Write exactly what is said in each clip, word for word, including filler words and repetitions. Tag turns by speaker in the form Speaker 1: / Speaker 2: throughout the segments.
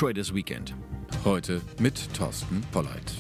Speaker 1: Traders Weekend. Heute mit Thorsten Polleit.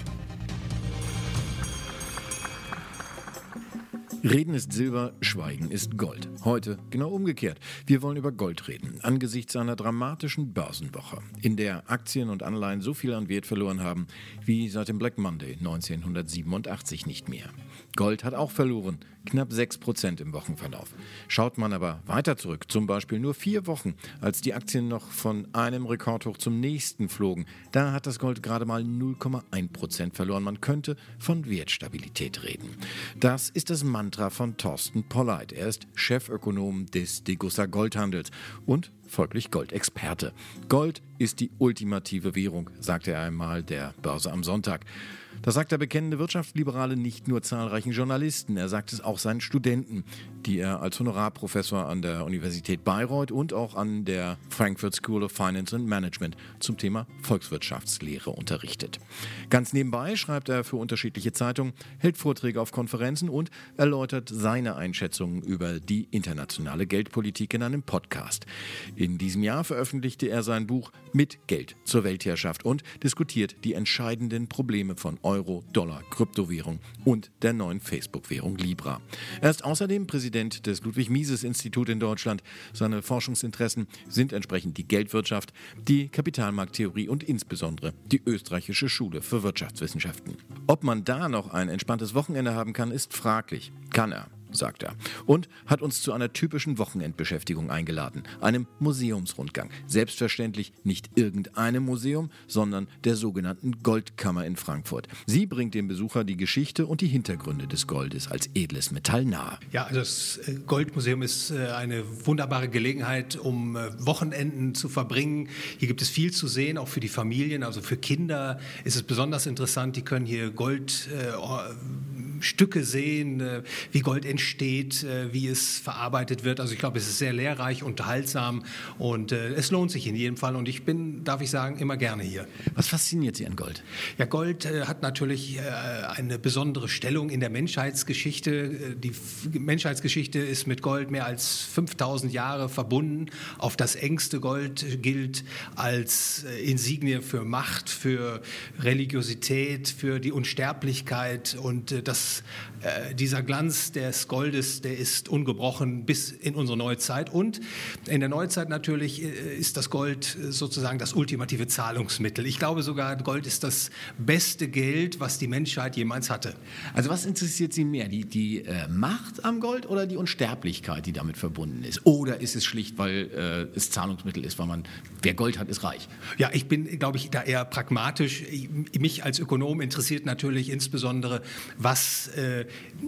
Speaker 1: Reden ist Silber, Schweigen ist Gold. Heute genau umgekehrt. Wir wollen über Gold reden, angesichts einer dramatischen Börsenwoche, in der Aktien und Anleihen so viel an Wert verloren haben wie seit dem Black Monday neunzehnhundertsiebenundachtzig nicht mehr. Gold hat auch verloren, knapp sechs Prozent im Wochenverlauf. Schaut man aber weiter zurück, zum Beispiel nur vier Wochen, als die Aktien noch von einem Rekordhoch zum nächsten flogen, da hat das Gold gerade mal null Komma eins Prozent verloren. Man könnte von Wertstabilität reden. Das ist das Mantra von Thorsten Polleit. Er ist Chefökonom des Degussa Goldhandels und folglich Goldexperte. Gold ist die ultimative Währung, sagte er einmal der Börse am Sonntag. Das sagt der bekennende Wirtschaftsliberale nicht nur zahlreichen Journalisten, er sagt es auch seinen Studenten, die er als Honorarprofessor an der Universität Bayreuth und auch an der Frankfurt School of Finance and Management zum Thema Volkswirtschaftslehre unterrichtet. Ganz nebenbei schreibt er für unterschiedliche Zeitungen, hält Vorträge auf Konferenzen und erläutert seine Einschätzungen über die internationale Geldpolitik in einem Podcast. In diesem Jahr veröffentlichte er sein Buch Mit Geld zur Weltherrschaft und diskutiert die entscheidenden Probleme von Euro, Dollar, Kryptowährung und der neuen Facebook-Währung Libra. Er ist außerdem Präsident des Ludwig-Mises-Institut in Deutschland. Seine Forschungsinteressen sind entsprechend die Geldwirtschaft, die Kapitalmarkttheorie und insbesondere die Österreichische Schule für Wirtschaftswissenschaften. Ob man da noch ein entspanntes Wochenende haben kann, ist fraglich. Kann er, sagt er. Und hat uns zu einer typischen Wochenendbeschäftigung eingeladen, einem Museumsrundgang. Selbstverständlich nicht irgendeinem Museum, sondern der sogenannten Goldkammer in Frankfurt. Sie bringt dem Besucher die Geschichte und die Hintergründe des Goldes als edles Metall nahe.
Speaker 2: Ja, also das Goldmuseum ist eine wunderbare Gelegenheit, um Wochenenden zu verbringen. Hier gibt es viel zu sehen, auch für die Familien, also für Kinder ist es besonders interessant. Die können hier Goldstücke sehen, wie Gold entsteht, wie es verarbeitet wird. Also ich glaube, es ist sehr lehrreich, unterhaltsam und äh, es lohnt sich in jedem Fall. Und ich bin, darf ich sagen, immer gerne hier.
Speaker 1: Was fasziniert Sie an Gold?
Speaker 2: Ja, Gold äh, hat natürlich äh, eine besondere Stellung in der Menschheitsgeschichte. Die F- Menschheitsgeschichte ist mit Gold mehr als fünftausend Jahre verbunden. Auf das engste Gold gilt als äh, Insignie für Macht, für Religiosität, für die Unsterblichkeit und äh, das, äh, dieser Glanz des Goldes, der ist ungebrochen bis in unsere Neuzeit. Und in der Neuzeit natürlich ist das Gold sozusagen das ultimative Zahlungsmittel. Ich glaube sogar, Gold ist das beste Geld, was die Menschheit jemals hatte.
Speaker 1: Also was interessiert Sie mehr, die, die äh, Macht am Gold oder die Unsterblichkeit, die damit verbunden ist? Oder ist es schlicht, weil äh, es Zahlungsmittel ist, weil man, wer Gold hat, ist reich?
Speaker 2: Ja, ich bin, glaube ich, da eher pragmatisch. Ich, mich als Ökonom interessiert natürlich insbesondere, was äh,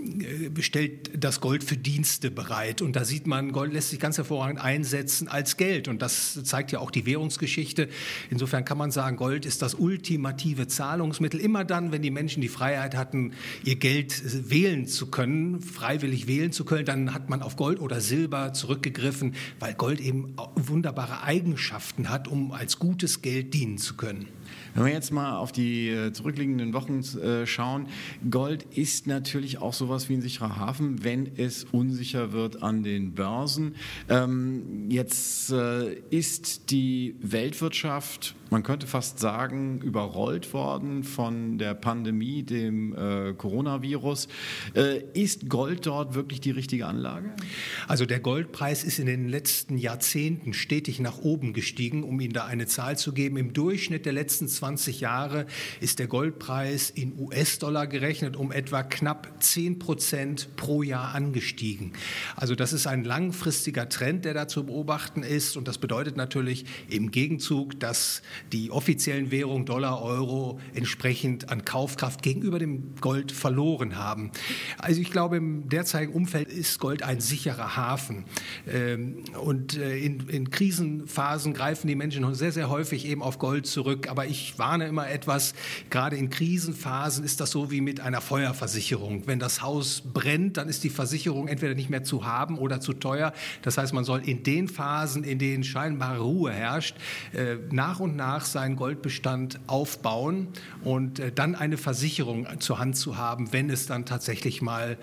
Speaker 2: stellt das Gold für Dienste bereit. Und da sieht man, Gold lässt sich ganz hervorragend einsetzen als Geld. Und das zeigt ja auch die Währungsgeschichte. Insofern kann man sagen, Gold ist das ultimative Zahlungsmittel. Immer dann, wenn die Menschen die Freiheit hatten, ihr Geld wählen zu können, freiwillig wählen zu können, dann hat man auf Gold oder Silber zurückgegriffen, weil Gold eben wunderbare Eigenschaften hat, um als gutes Geld dienen zu können.
Speaker 1: Wenn wir jetzt mal auf die äh, zurückliegenden Wochen äh, schauen, Gold ist natürlich auch sowas wie ein sicherer Hafen, wenn es unsicher wird an den Börsen. Ähm, jetzt äh, ist die Weltwirtschaft, man könnte fast sagen, überrollt worden von der Pandemie, dem äh, Coronavirus. Äh, ist Gold dort wirklich die richtige Anlage?
Speaker 2: Also der Goldpreis ist in den letzten Jahrzehnten stetig nach oben gestiegen, um Ihnen da eine Zahl zu geben. Im Durchschnitt der letzten zwanzig Jahre ist der Goldpreis in U S-Dollar gerechnet um etwa knapp zehn Prozent pro Jahr angestiegen. Also das ist ein langfristiger Trend, der da zu beobachten ist. Und das bedeutet natürlich im Gegenzug, dass die offiziellen Währungen Dollar, Euro entsprechend an Kaufkraft gegenüber dem Gold verloren haben. Also ich glaube, im derzeitigen Umfeld ist Gold ein sicherer Hafen. Und in, in Krisenphasen greifen die Menschen sehr, sehr häufig eben auf Gold zurück. Aber ich warne immer etwas, gerade in Krisenphasen ist das so wie mit einer Feuerversicherung. Wenn das Haus brennt, dann ist die Versicherung entweder nicht mehr zu haben oder zu teuer. Das heißt, man soll in den Phasen, in denen scheinbare Ruhe herrscht, nach und nach nach seinen Goldbestand aufbauen und äh, dann eine Versicherung zur Hand zu haben, wenn es dann tatsächlich mal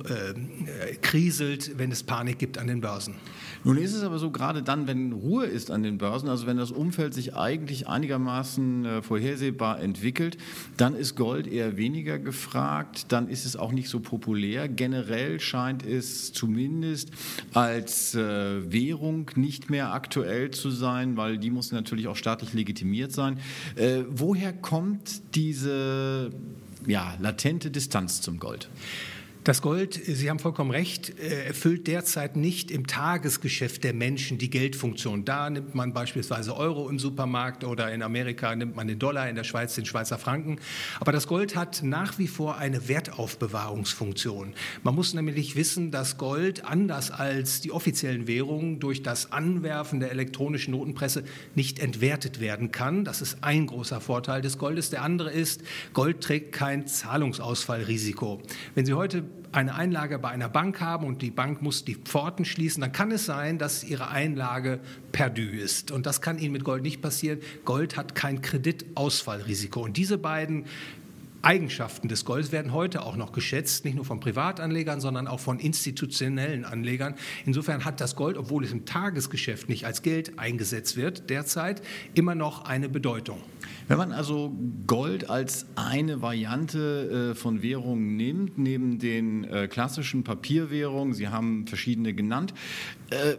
Speaker 2: äh, kriselt, wenn es Panik gibt an den Börsen.
Speaker 1: Nun ist es aber so, gerade dann, wenn Ruhe ist an den Börsen, also wenn das Umfeld sich eigentlich einigermaßen äh, vorhersehbar entwickelt, dann ist Gold eher weniger gefragt, dann ist es auch nicht so populär. Generell scheint es zumindest als äh, Währung nicht mehr aktuell zu sein, weil die muss natürlich auch staatlich legitimiert sein. Äh, woher kommt diese ja, latente Distanz zum Gold?
Speaker 2: Das Gold, Sie haben vollkommen recht, erfüllt derzeit nicht im Tagesgeschäft der Menschen die Geldfunktion. Da nimmt man beispielsweise Euro im Supermarkt oder in Amerika nimmt man den Dollar, in der Schweiz den Schweizer Franken. Aber das Gold hat nach wie vor eine Wertaufbewahrungsfunktion. Man muss nämlich wissen, dass Gold, anders als die offiziellen Währungen, durch das Anwerfen der elektronischen Notenpresse nicht entwertet werden kann. Das ist ein großer Vorteil des Goldes. Der andere ist, Gold trägt kein Zahlungsausfallrisiko. Wenn Sie heute eine Einlage bei einer Bank haben und die Bank muss die Pforten schließen, dann kann es sein, dass Ihre Einlage perdu ist. Und das kann Ihnen mit Gold nicht passieren. Gold hat kein Kreditausfallrisiko. Und diese beiden Eigenschaften des Goldes werden heute auch noch geschätzt, nicht nur von Privatanlegern, sondern auch von institutionellen Anlegern. Insofern hat das Gold, obwohl es im Tagesgeschäft nicht als Geld eingesetzt wird, derzeit immer noch eine Bedeutung.
Speaker 1: Wenn man also Gold als eine Variante äh, von Währungen nimmt, neben den äh, klassischen Papierwährungen, Sie haben verschiedene genannt, äh,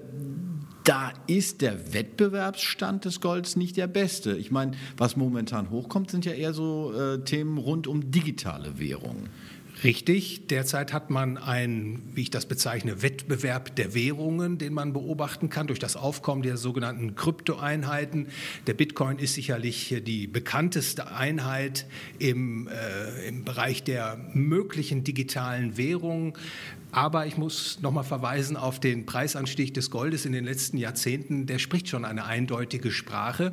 Speaker 1: da ist der Wettbewerbsstand des Golds nicht der beste. Ich meine, was momentan hochkommt, sind ja eher so äh, Themen rund um digitale Währungen.
Speaker 2: Richtig. Derzeit hat man einen, wie ich das bezeichne, Wettbewerb der Währungen, den man beobachten kann durch das Aufkommen der sogenannten Kryptoeinheiten. Der Bitcoin ist sicherlich die bekannteste Einheit im, äh, im Bereich der möglichen digitalen Währungen. Aber ich muss noch mal verweisen auf den Preisanstieg des Goldes in den letzten Jahrzehnten. Der spricht schon eine eindeutige Sprache.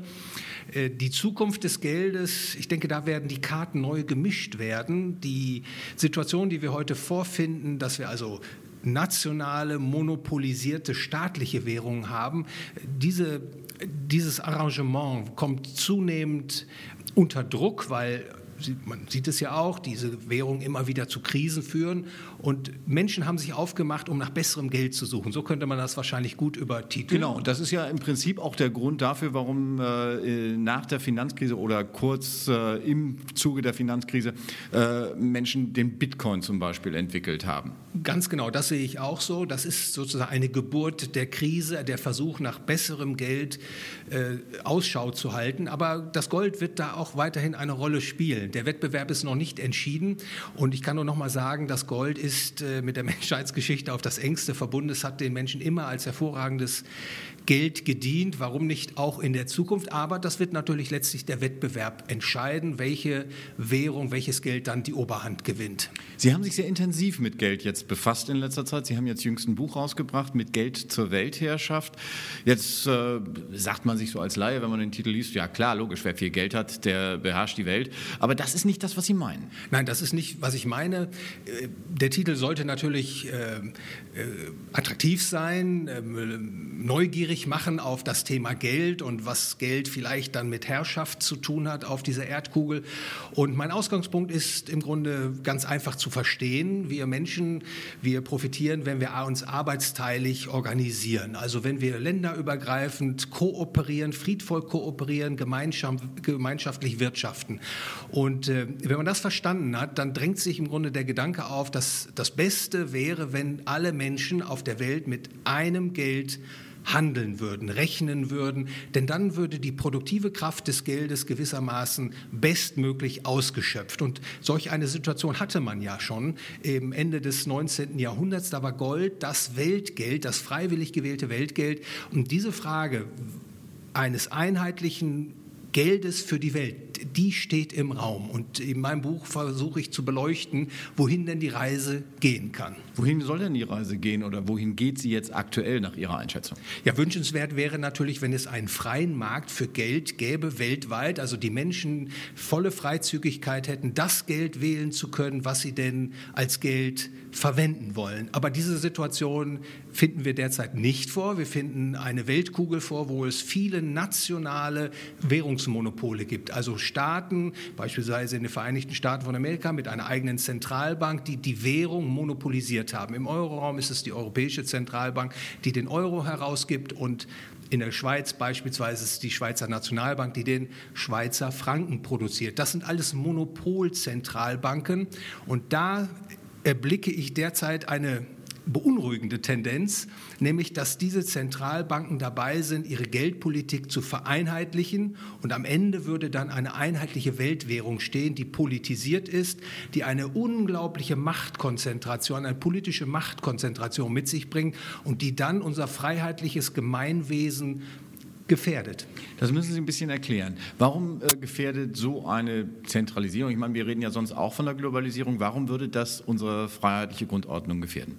Speaker 2: Die Zukunft des Geldes, ich denke, da werden die Karten neu gemischt werden. Die Situation, die wir heute vorfinden, dass wir also nationale, monopolisierte staatliche Währungen haben, diese, dieses Arrangement kommt zunehmend unter Druck, weil man sieht es ja auch, diese Währungen immer wieder zu Krisen führen und Menschen haben sich aufgemacht, um nach besserem Geld zu suchen. So könnte man das wahrscheinlich gut übertiteln.
Speaker 1: Genau, und das ist ja im Prinzip auch der Grund dafür, warum äh, nach der Finanzkrise oder kurz äh, im Zuge der Finanzkrise äh, Menschen den Bitcoin zum Beispiel entwickelt haben.
Speaker 2: Ganz genau, das sehe ich auch so. Das ist sozusagen eine Geburt der Krise, der Versuch nach besserem Geld äh, Ausschau zu halten. Aber das Gold wird da auch weiterhin eine Rolle spielen. Der Wettbewerb ist noch nicht entschieden und ich kann nur noch mal sagen, das Gold ist äh, mit der Menschheitsgeschichte auf das Engste verbunden. Es hat den Menschen immer als hervorragendes Geld gedient, warum nicht auch in der Zukunft. Aber das wird natürlich letztlich der Wettbewerb entscheiden, welche Währung, welches Geld dann die Oberhand gewinnt.
Speaker 1: Sie haben sich sehr intensiv mit Geld jetzt befasst in letzter Zeit. Sie haben jetzt jüngst ein Buch rausgebracht mit Geld zur Weltherrschaft. Jetzt äh, sagt man sich so als Laie, wenn man den Titel liest, ja klar, logisch, wer viel Geld hat, der beherrscht die Welt. Aber das ist nicht das, was Sie meinen.
Speaker 2: Nein, das ist nicht, was ich meine. Der Titel sollte natürlich äh, äh, attraktiv sein, äh, neugierig machen auf das Thema Geld und was Geld vielleicht dann mit Herrschaft zu tun hat auf dieser Erdkugel. Und mein Ausgangspunkt ist im Grunde ganz einfach zu verstehen. Wir Menschen, wir profitieren, wenn wir uns arbeitsteilig organisieren. Also wenn wir länderübergreifend kooperieren, friedvoll kooperieren, gemeinschaftlich wirtschaften. Und äh, wenn man das verstanden hat, dann drängt sich im Grunde der Gedanke auf, dass das Beste wäre, wenn alle Menschen auf der Welt mit einem Geld handeln würden, rechnen würden, denn dann würde die produktive Kraft des Geldes gewissermaßen bestmöglich ausgeschöpft. Und solch eine Situation hatte man ja schon im Ende des neunzehnten Jahrhunderts. Da war Gold das Weltgeld, das freiwillig gewählte Weltgeld. Und diese Frage eines einheitlichen Geldes für die Welt, die steht im Raum. Und in meinem Buch versuche ich zu beleuchten, wohin denn die Reise gehen kann.
Speaker 1: Wohin soll denn die Reise gehen oder wohin geht sie jetzt aktuell nach Ihrer Einschätzung?
Speaker 2: Ja, wünschenswert wäre natürlich, wenn es einen freien Markt für Geld gäbe, weltweit, also die Menschen volle Freizügigkeit hätten, das Geld wählen zu können, was sie denn als Geld verwenden wollen. Aber diese Situation finden wir derzeit nicht vor. Wir finden eine Weltkugel vor, wo es viele nationale Währungs Währungsmonopole gibt. Also Staaten, beispielsweise in den Vereinigten Staaten von Amerika, mit einer eigenen Zentralbank, die die Währung monopolisiert haben. Im Euroraum ist es die Europäische Zentralbank, die den Euro herausgibt, und in der Schweiz beispielsweise ist es die Schweizer Nationalbank, die den Schweizer Franken produziert. Das sind alles Monopolzentralbanken, und da erblicke ich derzeit eine beunruhigende Tendenz, nämlich dass diese Zentralbanken dabei sind, ihre Geldpolitik zu vereinheitlichen, und am Ende würde dann eine einheitliche Weltwährung stehen, die politisiert ist, die eine unglaubliche Machtkonzentration, eine politische Machtkonzentration mit sich bringt und die dann unser freiheitliches Gemeinwesen gefährdet.
Speaker 1: Das müssen Sie ein bisschen erklären. Warum äh, gefährdet so eine Zentralisierung? Ich meine, wir reden ja sonst auch von der Globalisierung. Warum würde das unsere freiheitliche Grundordnung gefährden?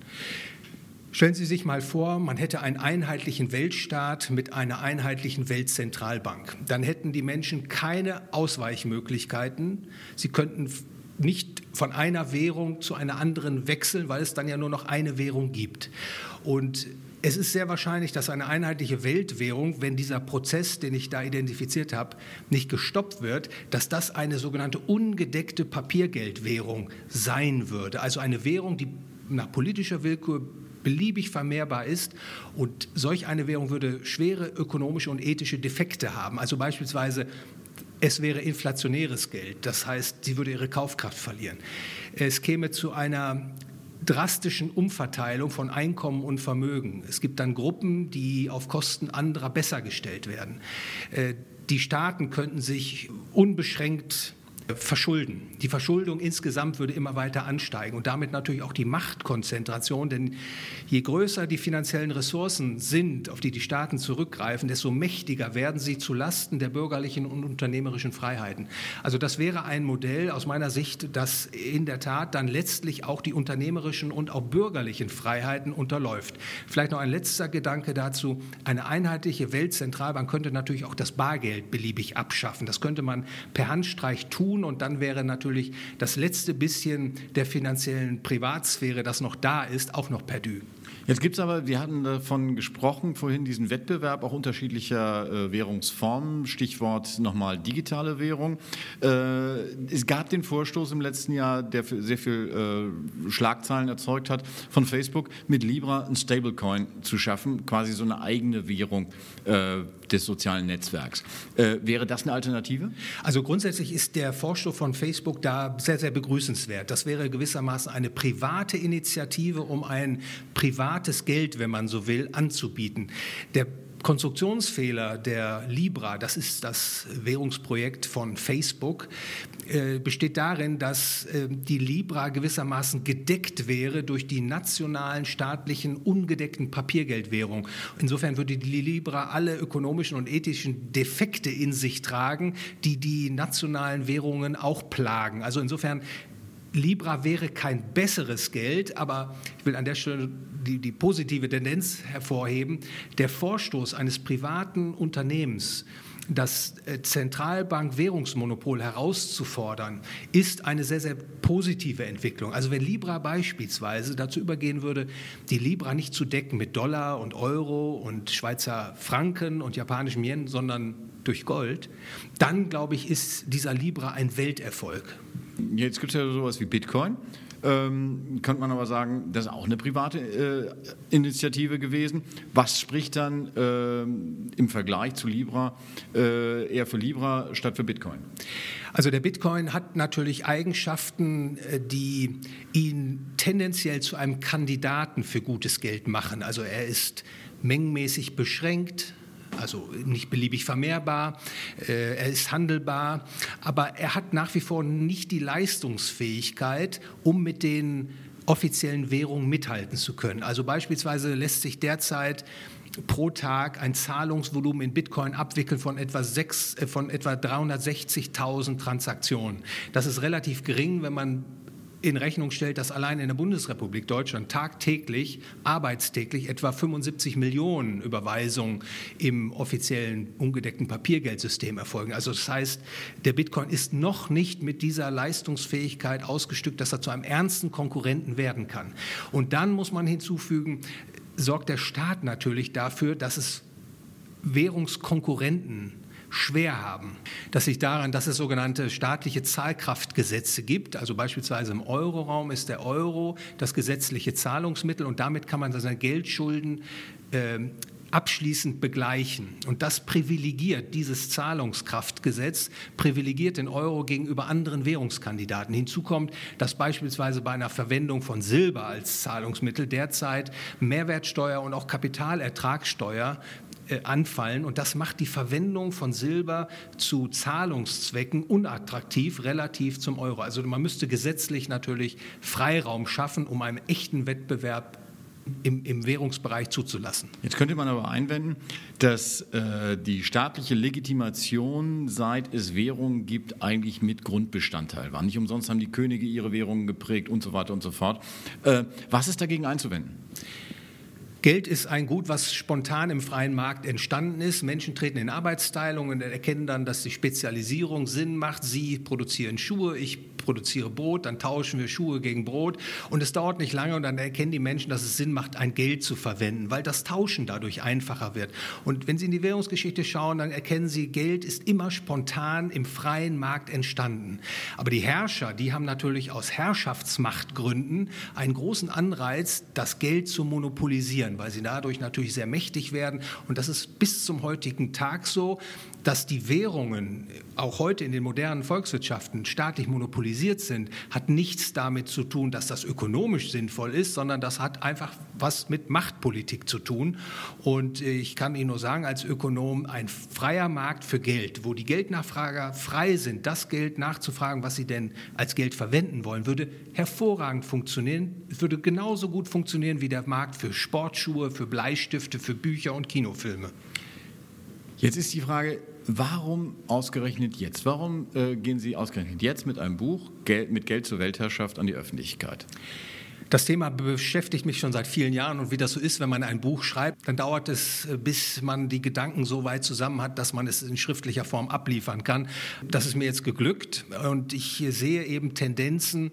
Speaker 2: Stellen Sie sich mal vor, man hätte einen einheitlichen Weltstaat mit einer einheitlichen Weltzentralbank. Dann hätten die Menschen keine Ausweichmöglichkeiten. Sie könnten nicht von einer Währung zu einer anderen wechseln, weil es dann ja nur noch eine Währung gibt. Und es ist sehr wahrscheinlich, dass eine einheitliche Weltwährung, wenn dieser Prozess, den ich da identifiziert habe, nicht gestoppt wird, dass das eine sogenannte ungedeckte Papiergeldwährung sein würde. Also eine Währung, die nach politischer Willkür beliebig vermehrbar ist, und solch eine Währung würde schwere ökonomische und ethische Defekte haben. Also beispielsweise, es wäre inflationäres Geld, das heißt, sie würde ihre Kaufkraft verlieren. Es käme zu einer drastischen Umverteilung von Einkommen und Vermögen. Es gibt dann Gruppen, die auf Kosten anderer besser gestellt werden. Die Staaten könnten sich unbeschränkt verschulden. Die Verschuldung insgesamt würde immer weiter ansteigen und damit natürlich auch die Machtkonzentration, denn je größer die finanziellen Ressourcen sind, auf die die Staaten zurückgreifen, desto mächtiger werden sie zu Lasten der bürgerlichen und unternehmerischen Freiheiten. Also das wäre ein Modell aus meiner Sicht, das in der Tat dann letztlich auch die unternehmerischen und auch bürgerlichen Freiheiten unterläuft. Vielleicht noch ein letzter Gedanke dazu. Eine einheitliche Weltzentralbank könnte natürlich auch das Bargeld beliebig abschaffen. Das könnte man per Handstreich tun, und dann wäre natürlich das letzte bisschen der finanziellen Privatsphäre, das noch da ist, auch noch perdu.
Speaker 1: Jetzt gibt es aber, wir hatten davon gesprochen, vorhin diesen Wettbewerb auch unterschiedlicher äh, Währungsformen, Stichwort nochmal digitale Währung. Äh, es gab den Vorstoß im letzten Jahr, der für sehr viel äh, Schlagzeilen erzeugt hat, von Facebook, mit Libra ein Stablecoin zu schaffen, quasi so eine eigene Währung äh, des sozialen Netzwerks. Äh, wäre das eine Alternative?
Speaker 2: Also grundsätzlich ist der Vorstoß von Facebook da sehr, sehr begrüßenswert. Das wäre gewissermaßen eine private Initiative, um ein privates Geld, wenn man so will, anzubieten. Der Konstruktionsfehler der Libra, das ist das Währungsprojekt von Facebook, äh, besteht darin, dass äh, die Libra gewissermaßen gedeckt wäre durch die nationalen, staatlichen, ungedeckten Papiergeldwährungen. Insofern würde die Libra alle ökonomischen und ethischen Defekte in sich tragen, die die nationalen Währungen auch plagen. Also insofern, Libra wäre kein besseres Geld, aber ich will an der Stelle die, die positive Tendenz hervorheben. Der Vorstoß eines privaten Unternehmens, das Zentralbank-Währungsmonopol herauszufordern, ist eine sehr, sehr positive Entwicklung. Also wenn Libra beispielsweise dazu übergehen würde, die Libra nicht zu decken mit Dollar und Euro und Schweizer Franken und japanischem Yen, sondern durch Gold, dann, glaube ich, ist dieser Libra ein Welterfolg.
Speaker 1: Jetzt gibt es ja sowas wie Bitcoin. Ähm, könnte man aber sagen, das ist auch eine private äh, Initiative gewesen. Was spricht dann äh, im Vergleich zu Libra äh, eher für Libra statt für Bitcoin?
Speaker 2: Also der Bitcoin hat natürlich Eigenschaften, die ihn tendenziell zu einem Kandidaten für gutes Geld machen. Also er ist mengenmäßig beschränkt, also nicht beliebig vermehrbar, äh, er ist handelbar, aber er hat nach wie vor nicht die Leistungsfähigkeit, um mit den offiziellen Währungen mithalten zu können. Also beispielsweise lässt sich derzeit pro Tag ein Zahlungsvolumen in Bitcoin abwickeln von etwa, sechs, äh, von etwa dreihundertsechzigtausend Transaktionen. Das ist relativ gering, wenn man in Rechnung stellt, dass allein in der Bundesrepublik Deutschland tagtäglich, arbeitstäglich etwa fünfundsiebzig Millionen Überweisungen im offiziellen ungedeckten Papiergeldsystem erfolgen. Also das heißt, der Bitcoin ist noch nicht mit dieser Leistungsfähigkeit ausgestückt, dass er zu einem ernsten Konkurrenten werden kann. Und dann muss man hinzufügen, sorgt der Staat natürlich dafür, dass es Währungskonkurrenten schwer haben. Das liegt daran, dass es sogenannte staatliche Zahlkraftgesetze gibt. Also beispielsweise im Euroraum ist der Euro das gesetzliche Zahlungsmittel und damit kann man seine Geldschulden äh, abschließend begleichen. Und das privilegiert, dieses Zahlungskraftgesetz, privilegiert den Euro gegenüber anderen Währungskandidaten. Hinzu kommt, dass beispielsweise bei einer Verwendung von Silber als Zahlungsmittel derzeit Mehrwertsteuer und auch Kapitalertragssteuer äh, anfallen. Und das macht die Verwendung von Silber zu Zahlungszwecken unattraktiv relativ zum Euro. Also man müsste gesetzlich natürlich Freiraum schaffen, um einen echten Wettbewerb Im, im Währungsbereich zuzulassen.
Speaker 1: Jetzt könnte man aber einwenden, dass äh, die staatliche Legitimation, seit es Währungen gibt, eigentlich mit Grundbestandteil war. Nicht umsonst haben die Könige ihre Währungen geprägt und so weiter und so fort. Äh, was ist dagegen einzuwenden?
Speaker 2: Geld ist ein Gut, was spontan im freien Markt entstanden ist. Menschen treten in Arbeitsteilungen und erkennen dann, dass die Spezialisierung Sinn macht. Sie produzieren Schuhe, ich produziere Brot, dann tauschen wir Schuhe gegen Brot. Und es dauert nicht lange und dann erkennen die Menschen, dass es Sinn macht, ein Geld zu verwenden, weil das Tauschen dadurch einfacher wird. Und wenn Sie in die Währungsgeschichte schauen, dann erkennen Sie, Geld ist immer spontan im freien Markt entstanden. Aber die Herrscher, die haben natürlich aus Herrschaftsmachtgründen einen großen Anreiz, das Geld zu monopolisieren, weil sie dadurch natürlich sehr mächtig werden. Und das ist bis zum heutigen Tag so, dass die Währungen auch heute in den modernen Volkswirtschaften staatlich monopolisiert sind, hat nichts damit zu tun, dass das ökonomisch sinnvoll ist, sondern das hat einfach was mit Machtpolitik zu tun. Und ich kann Ihnen nur sagen, als Ökonom, ein freier Markt für Geld, wo die Geldnachfrager frei sind, das Geld nachzufragen, was sie denn als Geld verwenden wollen, würde hervorragend funktionieren, würde genauso gut funktionieren wie der Markt für Sportschuhe, für Bleistifte, für Bücher und Kinofilme.
Speaker 1: Jetzt ist die Frage, warum ausgerechnet jetzt? Warum äh, gehen Sie ausgerechnet jetzt mit einem Buch Geld, mit Geld zur Weltherrschaft an die Öffentlichkeit?
Speaker 2: Das Thema beschäftigt mich schon seit vielen Jahren und wie das so ist, wenn man ein Buch schreibt, dann dauert es, bis man die Gedanken so weit zusammen hat, dass man es in schriftlicher Form abliefern kann. Das ist mir jetzt geglückt und ich sehe eben Tendenzen,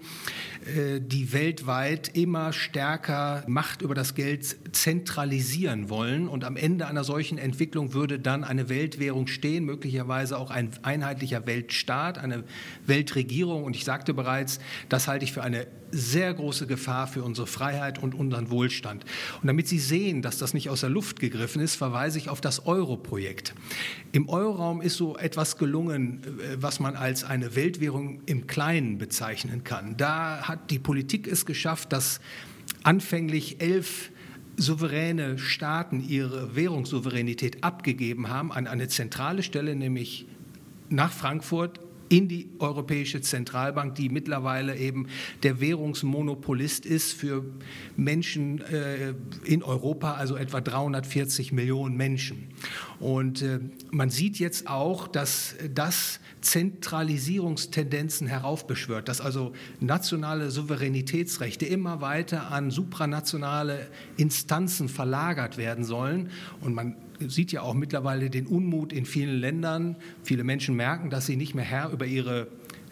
Speaker 2: die weltweit immer stärker Macht über das Geld zentralisieren wollen und am Ende einer solchen Entwicklung würde dann eine Weltwährung stehen, möglicherweise auch ein einheitlicher Weltstaat, eine Weltregierung und ich sagte bereits, das halte ich für eine sehr große Gefahr für unsere Freiheit und unseren Wohlstand. Und damit Sie sehen, dass das nicht aus der Luft gegriffen ist, verweise ich auf das Euro-Projekt. Im Euroraum ist so etwas gelungen, was man als eine Weltwährung im Kleinen bezeichnen kann. Da hat die Politik es geschafft, dass anfänglich elf souveräne Staaten ihre Währungssouveränität abgegeben haben an eine zentrale Stelle, nämlich nach Frankfurt, in die Europäische Zentralbank, die mittlerweile eben der Währungsmonopolist ist für Menschen äh, in Europa, also etwa dreihundertvierzig Millionen Menschen. Und äh, man sieht jetzt auch, dass das Zentralisierungstendenzen heraufbeschwört, dass also nationale Souveränitätsrechte immer weiter an supranationale Instanzen verlagert werden sollen. Und man sieht ja auch mittlerweile den Unmut in vielen Ländern. Viele Menschen merken, dass sie nicht mehr Herr über ihre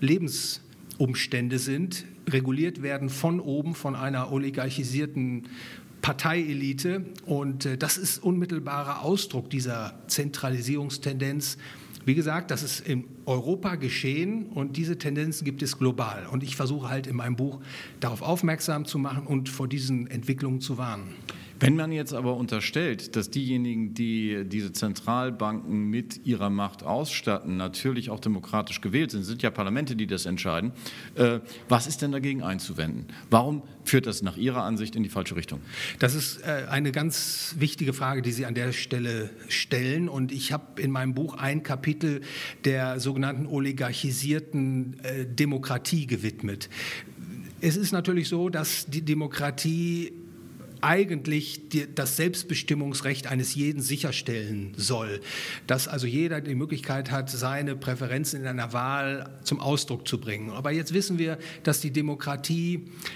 Speaker 2: Lebensumstände sind, reguliert werden von oben, von einer oligarchisierten Parteielite. Und das ist unmittelbarer Ausdruck dieser Zentralisierungstendenz. Wie gesagt, das ist in Europa geschehen und diese Tendenzen gibt es global. Und ich versuche halt in meinem Buch darauf aufmerksam zu machen und vor diesen Entwicklungen zu warnen.
Speaker 1: Wenn man jetzt aber unterstellt, dass diejenigen, die diese Zentralbanken mit ihrer Macht ausstatten, natürlich auch demokratisch gewählt sind, sind ja Parlamente, die das entscheiden, äh, was ist denn dagegen einzuwenden? Warum führt das nach Ihrer Ansicht in die falsche Richtung?
Speaker 2: Das ist äh, eine ganz wichtige Frage, die Sie an der Stelle stellen. Und ich habe in meinem Buch ein Kapitel der sogenannten oligarchisierten äh, Demokratie gewidmet. Es ist natürlich so, dass die Demokratie eigentlich die, das Selbstbestimmungsrecht eines jeden sicherstellen soll, dass also jeder die Möglichkeit hat, seine Präferenzen in einer Wahl zum Ausdruck zu bringen. Aber jetzt wissen wir, dass die Demokratie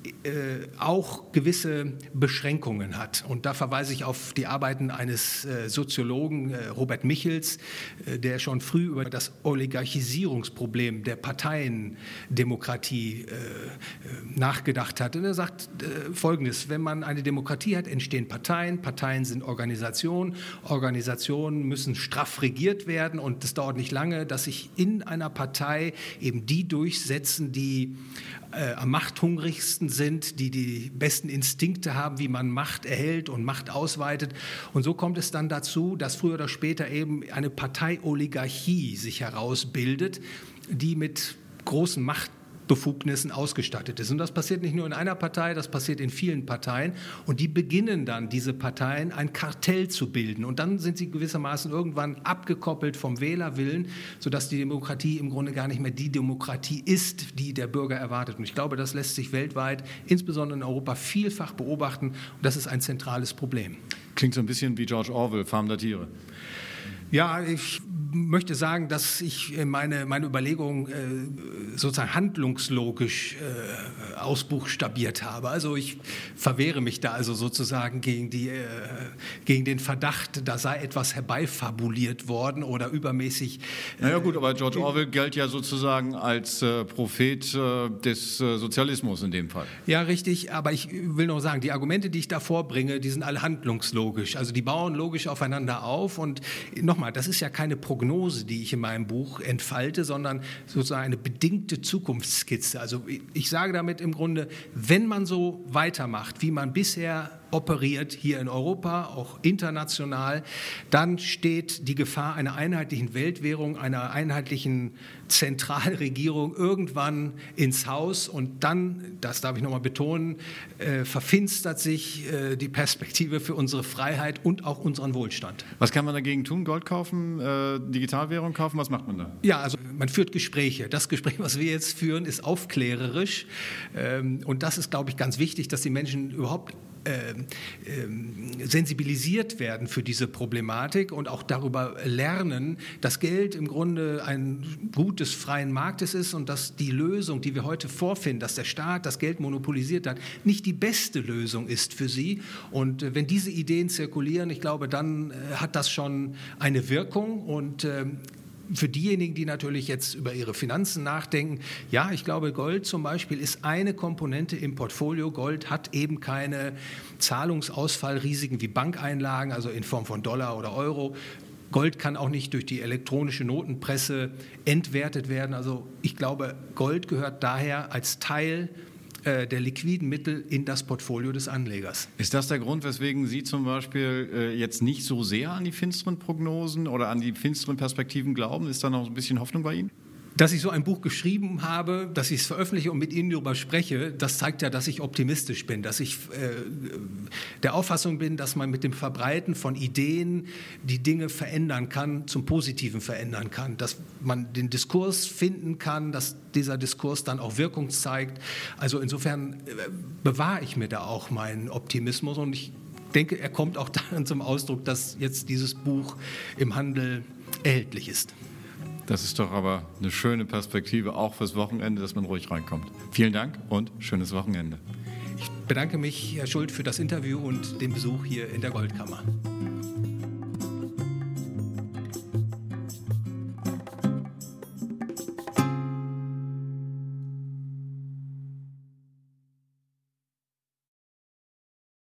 Speaker 2: äh, auch gewisse Beschränkungen hat. Und da verweise ich auf die Arbeiten eines äh, Soziologen, äh, Robert Michels, äh, der schon früh über das Oligarchisierungsproblem der Parteiendemokratie äh, äh, nachgedacht hat. Und er sagt äh, Folgendes: Wenn man eine Demokratie hat, entstehen Parteien. Parteien sind Organisationen. Organisationen müssen straff regiert werden, und es dauert nicht lange, dass sich in einer Partei eben die durchsetzen, die äh, am machthungrigsten sind, die die besten Instinkte haben, wie man Macht erhält und Macht ausweitet. Und so kommt es dann dazu, dass früher oder später eben eine Parteioligarchie sich herausbildet, die mit großen Machtbefugnissen ausgestattet ist. Und das passiert nicht nur in einer Partei, das passiert in vielen Parteien. Und die beginnen dann, diese Parteien, ein Kartell zu bilden. Und dann sind sie gewissermaßen irgendwann abgekoppelt vom Wählerwillen, sodass die Demokratie im Grunde gar nicht mehr die Demokratie ist, die der Bürger erwartet. Und ich glaube, das lässt sich weltweit, insbesondere in Europa, vielfach beobachten. Und das ist ein zentrales Problem.
Speaker 1: Klingt so ein bisschen wie George Orwell, Farm der Tiere.
Speaker 2: Ja, ich möchte sagen, dass ich meine, meine Überlegungen äh, sozusagen handlungslogisch äh, ausbuchstabiert habe. Also ich verwehre mich da also sozusagen gegen, die, äh, gegen den Verdacht, da sei etwas herbeifabuliert worden oder übermäßig. Äh,
Speaker 1: naja gut, aber George Orwell gilt ja sozusagen als äh, Prophet äh, des äh, Sozialismus in dem Fall.
Speaker 2: Ja, richtig, aber ich will noch sagen, die Argumente, die ich da vorbringe, die sind alle handlungslogisch. Also die bauen logisch aufeinander auf, und nochmal, das ist ja keine Prognose, die ich in meinem Buch entfalte, sondern sozusagen eine bedingte Zukunftsskizze. Also ich sage damit im Grunde, wenn man so weitermacht, wie man bisher operiert, hier in Europa, auch international, dann steht die Gefahr einer einheitlichen Weltwährung, einer einheitlichen Zentralregierung irgendwann ins Haus, und dann, das darf ich nochmal betonen, äh, verfinstert sich äh, die Perspektive für unsere Freiheit und auch unseren Wohlstand.
Speaker 1: Was kann man dagegen tun? Gold kaufen, äh, Digitalwährung kaufen? Was macht man da?
Speaker 2: Ja, also man führt Gespräche. Das Gespräch, was wir jetzt führen, ist aufklärerisch, ähm, und das ist, glaube ich, ganz wichtig, dass die Menschen überhaupt Äh, äh, sensibilisiert werden für diese Problematik und auch darüber lernen, dass Geld im Grunde ein Gut des freien Marktes ist und dass die Lösung, die wir heute vorfinden, dass der Staat das Geld monopolisiert hat, nicht die beste Lösung ist für sie. Und äh, wenn diese Ideen zirkulieren, ich glaube, dann äh, hat das schon eine Wirkung. Und äh, für diejenigen, die natürlich jetzt über ihre Finanzen nachdenken, ja, ich glaube, Gold zum Beispiel ist eine Komponente im Portfolio. Gold hat eben keine Zahlungsausfallrisiken wie Bankeinlagen, also in Form von Dollar oder Euro. Gold kann auch nicht durch die elektronische Notenpresse entwertet werden. Also ich glaube, Gold gehört daher als Teil der liquiden Mittel in das Portfolio des Anlegers.
Speaker 1: Ist das der Grund, weswegen Sie zum Beispiel äh, jetzt nicht so sehr an die finsteren Prognosen oder an die finsteren Perspektiven glauben? Ist da noch ein bisschen Hoffnung bei Ihnen?
Speaker 2: Dass ich so ein Buch geschrieben habe, dass ich es veröffentliche und mit Ihnen darüber spreche, das zeigt ja, dass ich optimistisch bin, dass ich äh, der Auffassung bin, dass man mit dem Verbreiten von Ideen die Dinge verändern kann, zum Positiven verändern kann, dass man den Diskurs finden kann, dass dieser Diskurs dann auch Wirkung zeigt. Also insofern äh, bewahre ich mir da auch meinen Optimismus, und ich denke, er kommt auch darin zum Ausdruck, dass jetzt dieses Buch im Handel erhältlich ist.
Speaker 1: Das ist doch aber eine schöne Perspektive, auch fürs Wochenende, dass man ruhig reinkommt. Vielen Dank und schönes Wochenende.
Speaker 2: Ich bedanke mich, Herr Schuld, für das Interview und den Besuch hier in der Goldkammer.